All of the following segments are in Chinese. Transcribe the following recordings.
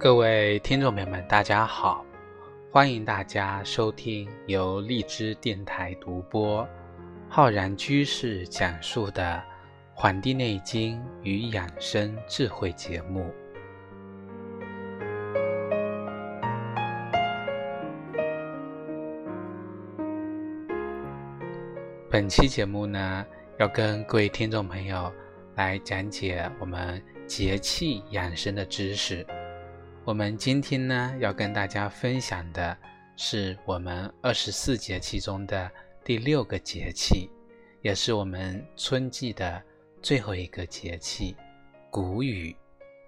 各位听众朋友们，大家好，欢迎大家收听由荔枝电台独播、浩然居士讲述的《黄帝内经与养生智慧》节目。本期节目呢，要跟各位听众朋友来讲解我们节气养生的知识。我们今天呢，要跟大家分享的是我们24节气中的第6个节气，也是我们春季的最后一个节气——谷雨。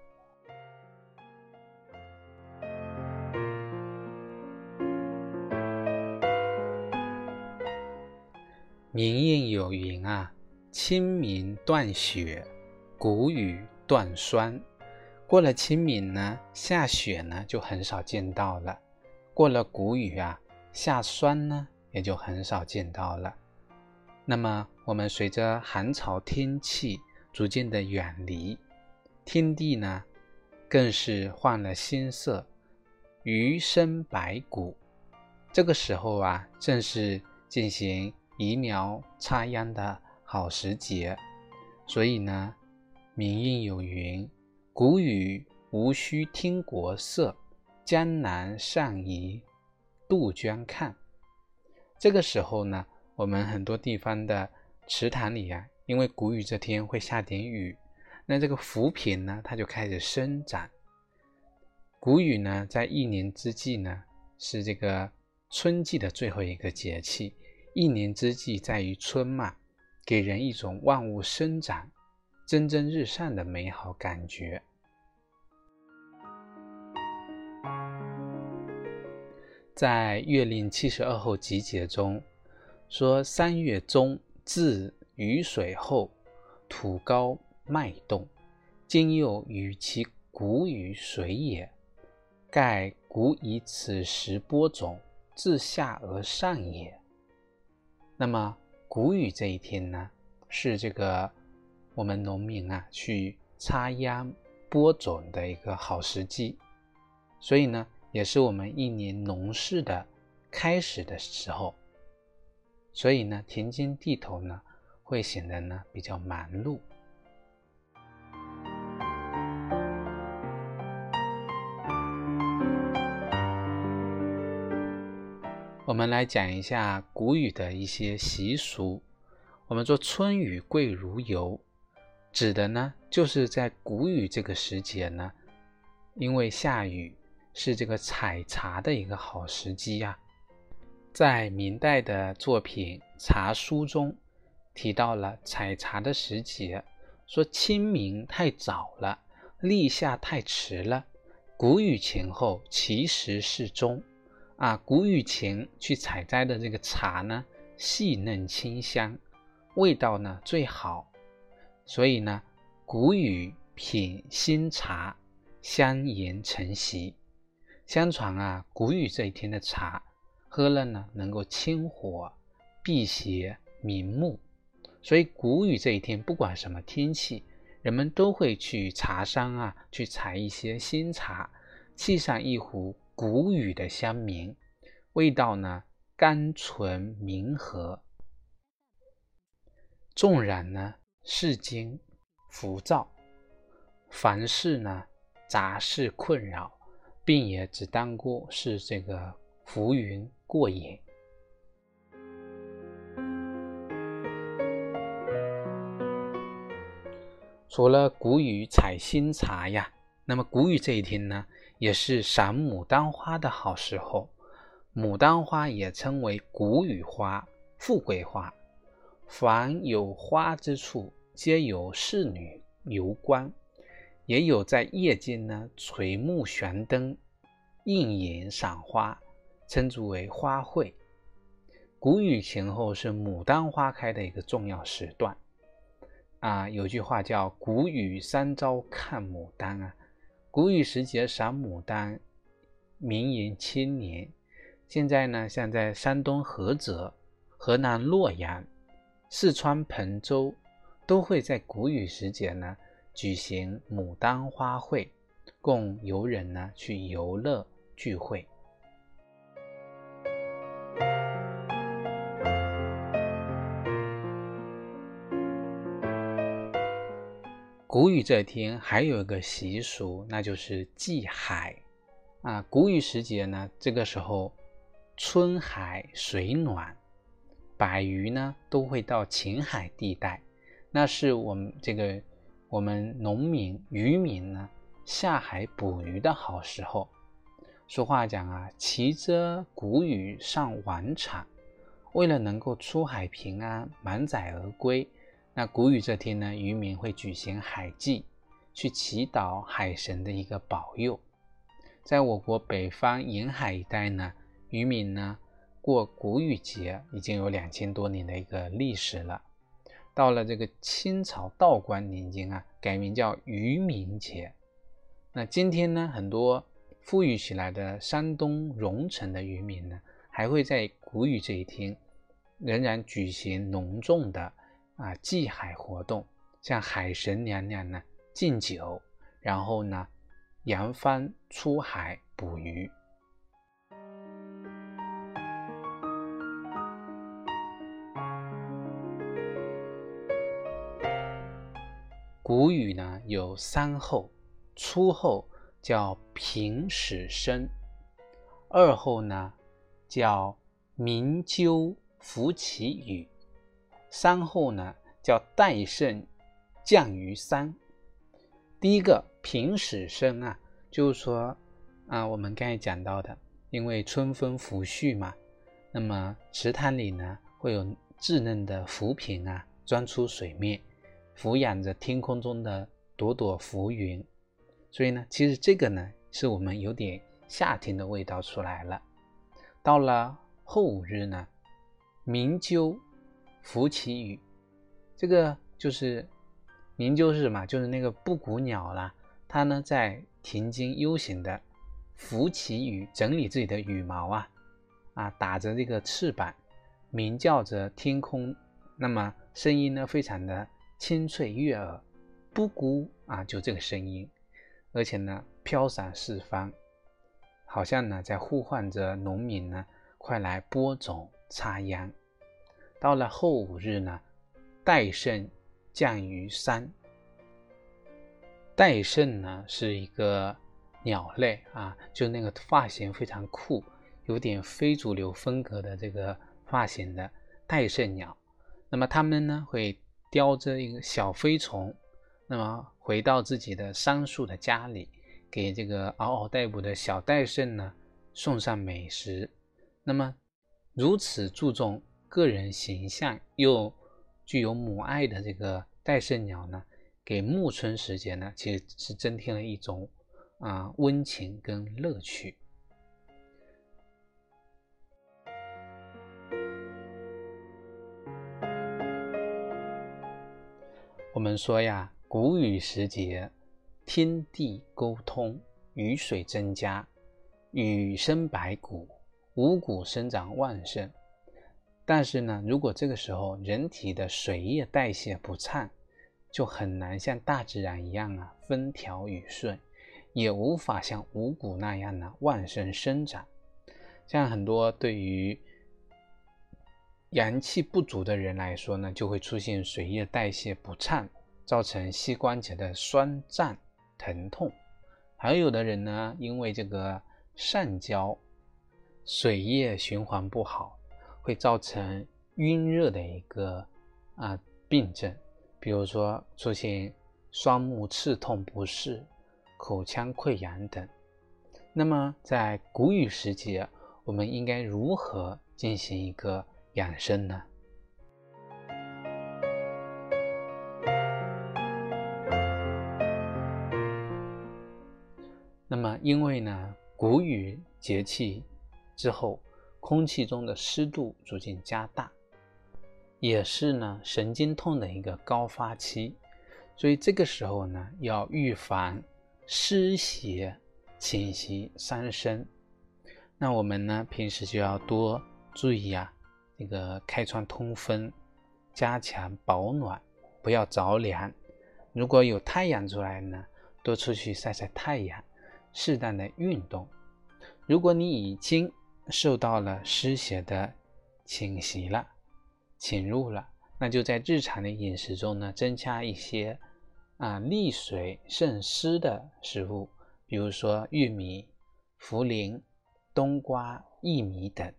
民谚有云啊，清明断雪，谷雨断霜。过了清明呢，下雪呢就很少见到了；过了谷雨啊，下霜呢也就很少见到了。那么我们随着寒潮天气逐渐的远离，天地呢更是换了新色，鱼生百谷。这个时候啊，正是进行移苗插秧的好时节。所以呢，民谚有云，谷雨无须听国色，江南上宜杜鹃看。这个时候呢，我们很多地方的池塘里啊，因为谷雨这天会下点雨，那这个浮萍呢，它就开始生长。谷雨呢，在一年之计呢，是这个春季的最后一个节气。一年之计在于春嘛，给人一种万物生长、蒸蒸日上的美好感觉。在《月令72候集解》中说，3月中至雨水后，土高脉动，今又与其谷雨水也，盖谷以此时播种，自下而上也。那么谷雨这一天呢，是这个我们农民啊去插秧播种的一个好时机，所以呢，也是我们一年农事的开始的时候。所以呢，田间地头呢会显得呢比较忙碌。我们来讲一下谷雨的一些习俗。我们说春雨贵如油，指的呢就是在谷雨这个时节呢，因为下雨是这个采茶的一个好时机啊。在明代的作品《茶书》中提到了采茶的时节，说清明太早了，立夏太迟了，谷雨前后其实适中啊。谷雨前去采摘的这个茶呢，细嫩清香，味道呢最好。所以呢，谷雨品新茶，香盐承袭。相传啊，谷雨这一天的茶喝了呢，能够清火、辟邪、明目。所以谷雨这一天，不管什么天气，人们都会去茶商啊，去采一些新茶，沏上一壶谷雨的香茗，味道呢甘醇明和。纵然呢世间浮躁，凡事呢杂事困扰，并也只当过是这个浮云过眼。除了谷雨采新茶呀，那么谷雨这一天呢，也是赏牡丹花的好时候。牡丹花也称为谷雨花、富贵花，凡有花之处，皆有仕女游观，也有在夜间呢垂目悬灯、映眼赏花，称之为花卉。谷雨前后是牡丹花开的一个重要时段啊。有句话叫谷雨三朝看牡丹啊，谷雨时节赏牡丹，名言千年。现在呢，像在山东菏泽、河南洛阳、四川彭州，都会在谷雨时节呢举行牡丹花卉， 供游人呢去游乐聚会。谷雨这天还有一个习俗，那就是祭海谷雨时节呢，这个时候春海水暖，百鱼呢都会到秦海地带，那是我们农民渔民呢下海捕鱼的好时候。俗话讲骑着谷雨上晚场，为了能够出海平安满载而归，那谷雨这天呢，渔民会举行海祭，去祈祷海神的一个保佑。在我国北方沿海一带呢，渔民呢过谷雨节已经有2000多年的一个历史了。到了这个清朝道光年间改名叫渔民节。那今天呢，很多富裕起来的山东荣成的渔民呢，还会在谷雨这一天仍然举行隆重的祭海活动，向海神娘娘呢敬酒，然后呢扬帆出海捕鱼。谷雨呢有3候，初候叫平始生，二候呢叫鸣鸠伏其羽，三候呢叫戴胜降于山。第一个平始生就是说我们刚才讲到的，因为春风拂絮嘛，那么池塘里呢会有稚嫩的浮萍钻出水面，俯仰着天空中的朵朵浮云，所以呢其实这个呢是我们有点夏天的味道出来了。到了后5日呢，鸣鸠伏其羽，这个就是鸣鸠日嘛，就是那个布谷鸟啦，它呢在庭间悠闲的伏其羽，整理自己的羽毛打着这个翅膀，鸣叫着天空，那么声音呢非常的清脆悦耳，布谷就这个声音，而且呢飘洒四方，好像呢在呼唤着农民呢快来播种插秧。到了后5日呢，戴胜降于山。戴胜呢是一个鸟类就那个发型非常酷，有点非主流风格的这个发型的戴胜鸟。那么它们呢会叼着一个小飞虫，那么回到自己的桑树的家里，给这个嗷嗷待哺的小戴胜呢送上美食。那么如此注重个人形象又具有母爱的这个戴胜鸟呢，给暮春时节呢其实是增添了一种温情跟乐趣。我们说谷雨时节，天地沟通，雨水增加，雨生百谷，五谷生长旺盛。但是呢，如果这个时候人体的水液代谢不畅，就很难像大自然一样风调雨顺，也无法像五谷那样旺盛生长。像很多对于阳气不足的人来说呢，就会出现水液代谢不畅，造成膝关节的酸胀疼痛。还有的人呢，因为这个上焦，水液循环不好，会造成晕热的一个病症，比如说出现双目刺痛不适、口腔溃疡等。那么在谷雨时节，我们应该如何进行一个养生呢？那么因为呢谷雨节气之后，空气中的湿度逐渐加大，也是呢神经痛的一个高发期，所以这个时候呢要预防湿邪侵袭伤身。那我们呢平时就要多注意这个开窗通风，加强保暖，不要着凉。如果有太阳出来呢，多出去晒晒太阳， 适当的运动。如果你已经受到了湿邪的侵袭了、侵入了，那就在日常的饮食中呢，增加一些利水渗湿的食物，比如说玉米、茯苓、冬瓜、薏米等。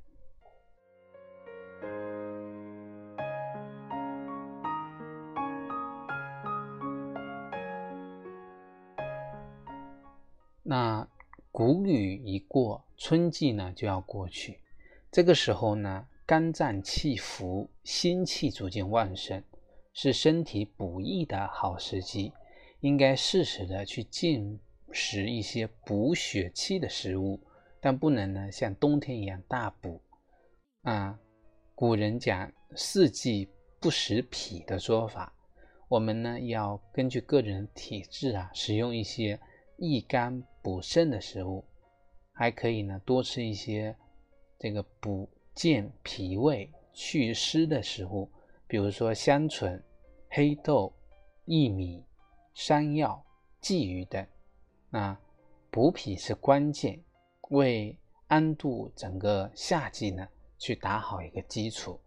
那谷雨一过，春季呢就要过去，这个时候呢，肝脏气浮，心气逐渐旺盛，是身体补益的好时机，应该适时的去进食一些补血气的食物，但不能呢像冬天一样大补。古人讲四季不食脾的说法，我们呢要根据个人体质使用一些益肝补肾的食物，还可以呢多吃一些这个补健脾胃祛湿的食物，比如说香椿、黑豆、薏米、山药、鲫鱼等。补脾是关键，为安度整个夏季呢去打好一个基础。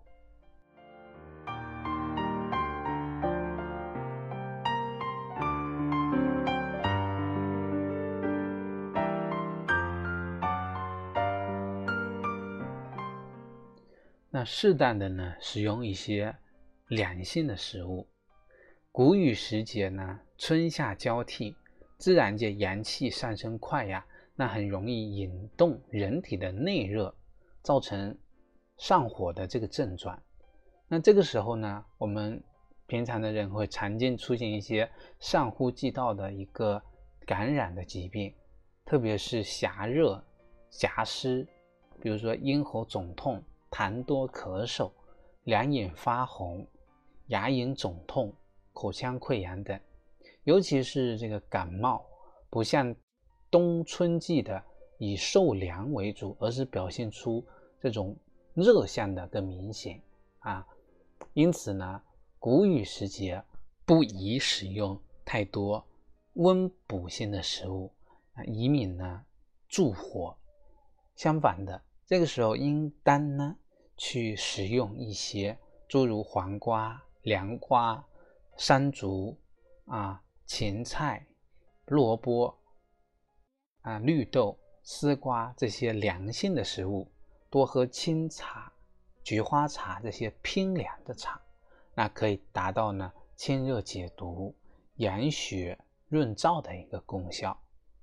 那适当的呢使用一些凉性的食物。谷雨时节呢，春夏交替，自然界阳气上升快那很容易引动人体的内热，造成上火的这个症状。那这个时候呢，我们平常的人会常见出现一些上呼吸道的一个感染的疾病，特别是狭热、狭湿，比如说咽喉肿痛、痰多咳嗽、两眼发红、牙龈肿痛、口腔溃疡等。尤其是这个感冒，不像冬春季的以受凉为主，而是表现出这种热象的更明显因此呢，谷雨时节不宜使用太多温补性的食物以免呢助火。相反的，这个时候应当呢去食用一些诸如黄瓜、凉瓜、山竹芹菜、萝卜绿豆、丝瓜这些凉性的食物，多喝清茶、菊花茶这些偏凉的茶，那可以达到呢清热解毒、养血润燥的一个功效。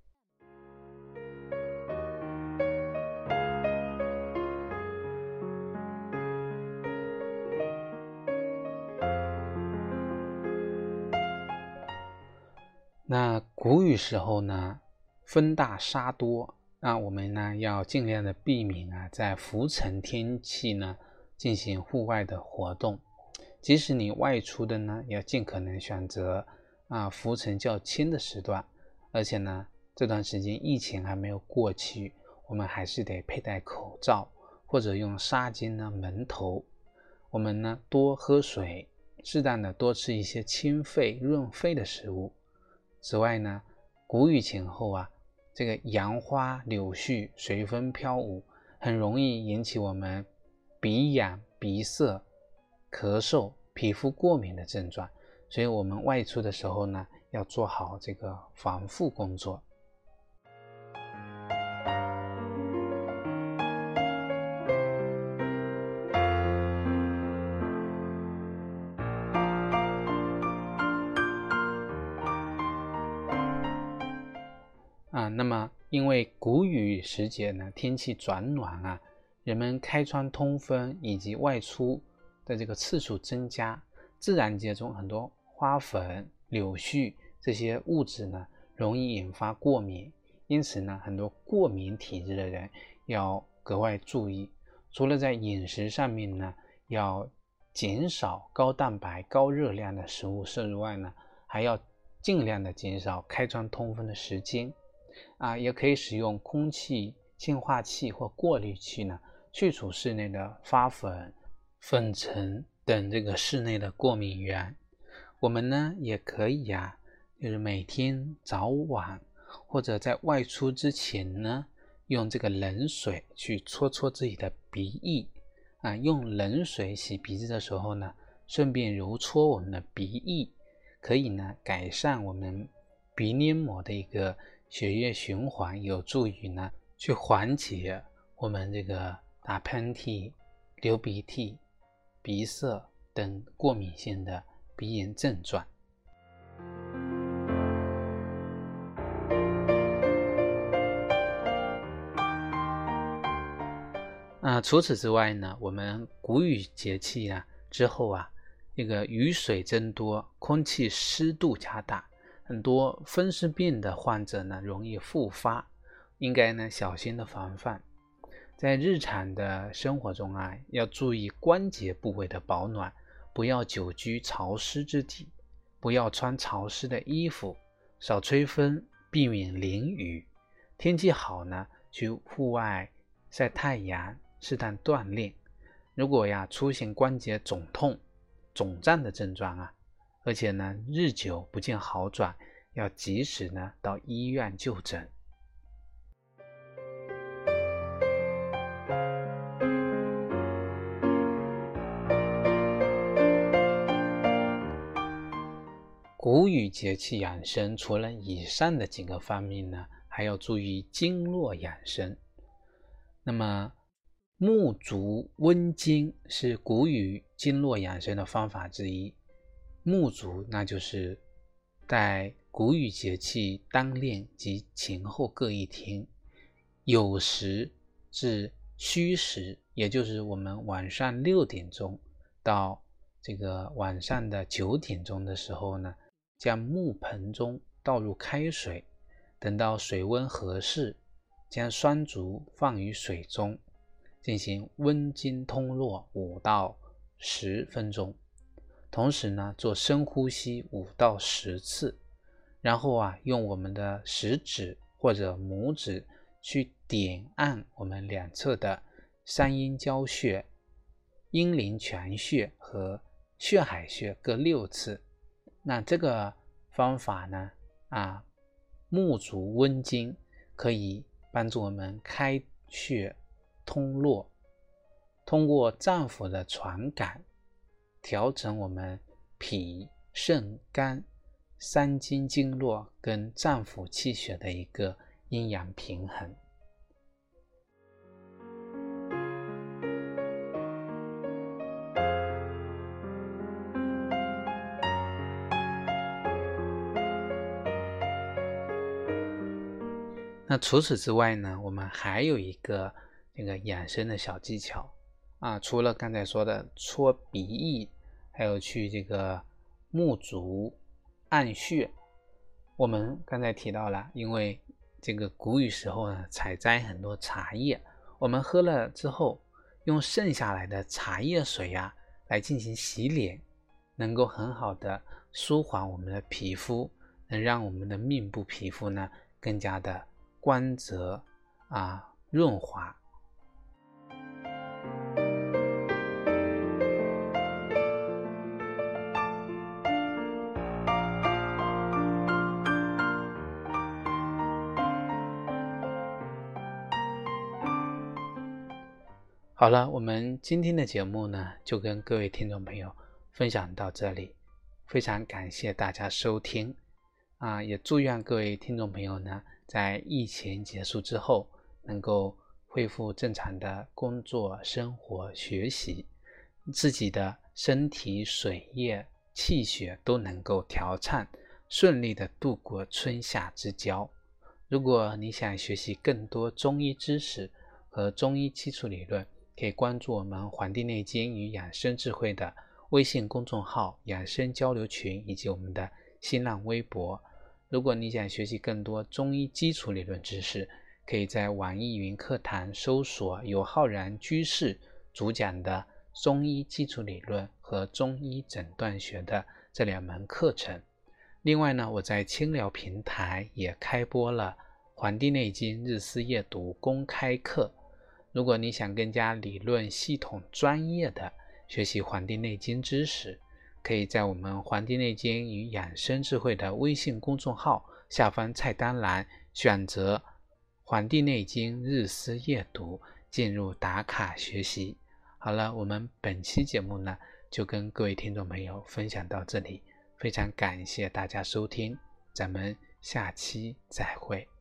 那谷雨时候呢，风大沙多，那我们呢要尽量的避免在浮尘天气呢进行户外的活动。即使你外出的呢，要尽可能选择浮尘较轻的时段，而且呢这段时间疫情还没有过去，我们还是得佩戴口罩或者用纱巾呢蒙头。我们呢多喝水，适当的多吃一些清肺润肺的食物。此外呢，谷雨前后这个杨花柳絮随风飘舞，很容易引起我们鼻痒、鼻塞、咳嗽、皮肤过敏的症状，所以我们外出的时候呢，要做好这个防护工作。那么因为谷雨时节呢，天气转暖人们开窗通风以及外出的这个次数增加，自然界中很多花粉、柳絮这些物质呢，容易引发过敏，因此呢，很多过敏体质的人要格外注意。除了在饮食上面呢，要减少高蛋白、高热量的食物摄入外呢，还要尽量的减少开窗通风的时间。也可以使用空气净化器或过滤器呢，去除室内的发粉、粉尘等这个室内的过敏源。我们呢也可以就是每天早晚或者在外出之前呢，用这个冷水去搓搓自己的鼻翼用冷水洗鼻子的时候呢，顺便揉搓我们的鼻翼，可以呢改善我们鼻黏膜的一个血液循环，有助于呢去缓解我们这个打喷嚏、流鼻涕、鼻塞等过敏性的鼻炎症状。除此之外呢，我们谷雨节气之后这个雨水增多，空气湿度加大，很多风湿病的患者呢容易复发，应该呢小心的防范。在日常的生活中要注意关节部位的保暖，不要久居潮湿之地，不要穿潮湿的衣服，少吹风，避免淋雨。天气好呢，去户外晒太阳，适当锻炼。如果出现关节肿痛、肿胀的症状而且呢日久不见好转，要及时呢到医院就诊。谷雨节气养生，除了以上的几个方面呢，还要注意经络养生。那么沐足温经是谷雨经络养生的方法之一。沐足那就是在谷雨节气当练及前后各一天，酉时至戌时，也就是我们晚上6点钟到这个晚上的9点钟的时候呢，将木盆中倒入开水，等到水温合适，将双足放于水中，进行温经通络5到10分钟，同时呢做深呼吸5到10次，然后用我们的食指或者拇指去点按我们两侧的三阴交穴、阴陵泉穴和血海穴各6次。那这个方法呢沐足温经，可以帮助我们开穴通络，通过脏腑的传感，调整我们脾、肾、肝3经经络跟脏腑气血的一个阴阳平衡。那除此之外呢，我们还有一个这个养生的小技巧除了刚才说的搓鼻翼，还有去这个沐足按穴。我们刚才提到了，因为这个谷雨时候呢，采摘很多茶叶，我们喝了之后，用剩下来的茶叶水来进行洗脸，能够很好的舒缓我们的皮肤，能让我们的面部皮肤呢更加的光泽润滑。好了，我们今天的节目呢，就跟各位听众朋友分享到这里，非常感谢大家收听也祝愿各位听众朋友呢，在疫情结束之后，能够恢复正常的工作、生活、学习，自己的身体、水液、气血都能够调畅，顺利的度过春夏之交。如果你想学习更多中医知识和中医基础理论，可以关注我们《黄帝内经与养生智慧》的微信公众号、养生交流群以及我们的新浪微博。如果你想学习更多中医基础理论知识，可以在网易云课堂搜索由浩然居士主讲的中医基础理论和中医诊断学的这2门课程。另外呢，我在清聊平台也开播了《黄帝内经日思夜读》公开课。如果你想更加理论系统专业的学习《黄帝内经》知识，可以在我们《黄帝内经与养生智慧》的微信公众号下方菜单栏选择《黄帝内经日思夜读》，进入打卡学习。好了，我们本期节目呢就跟各位听众朋友分享到这里，非常感谢大家收听，咱们下期再会。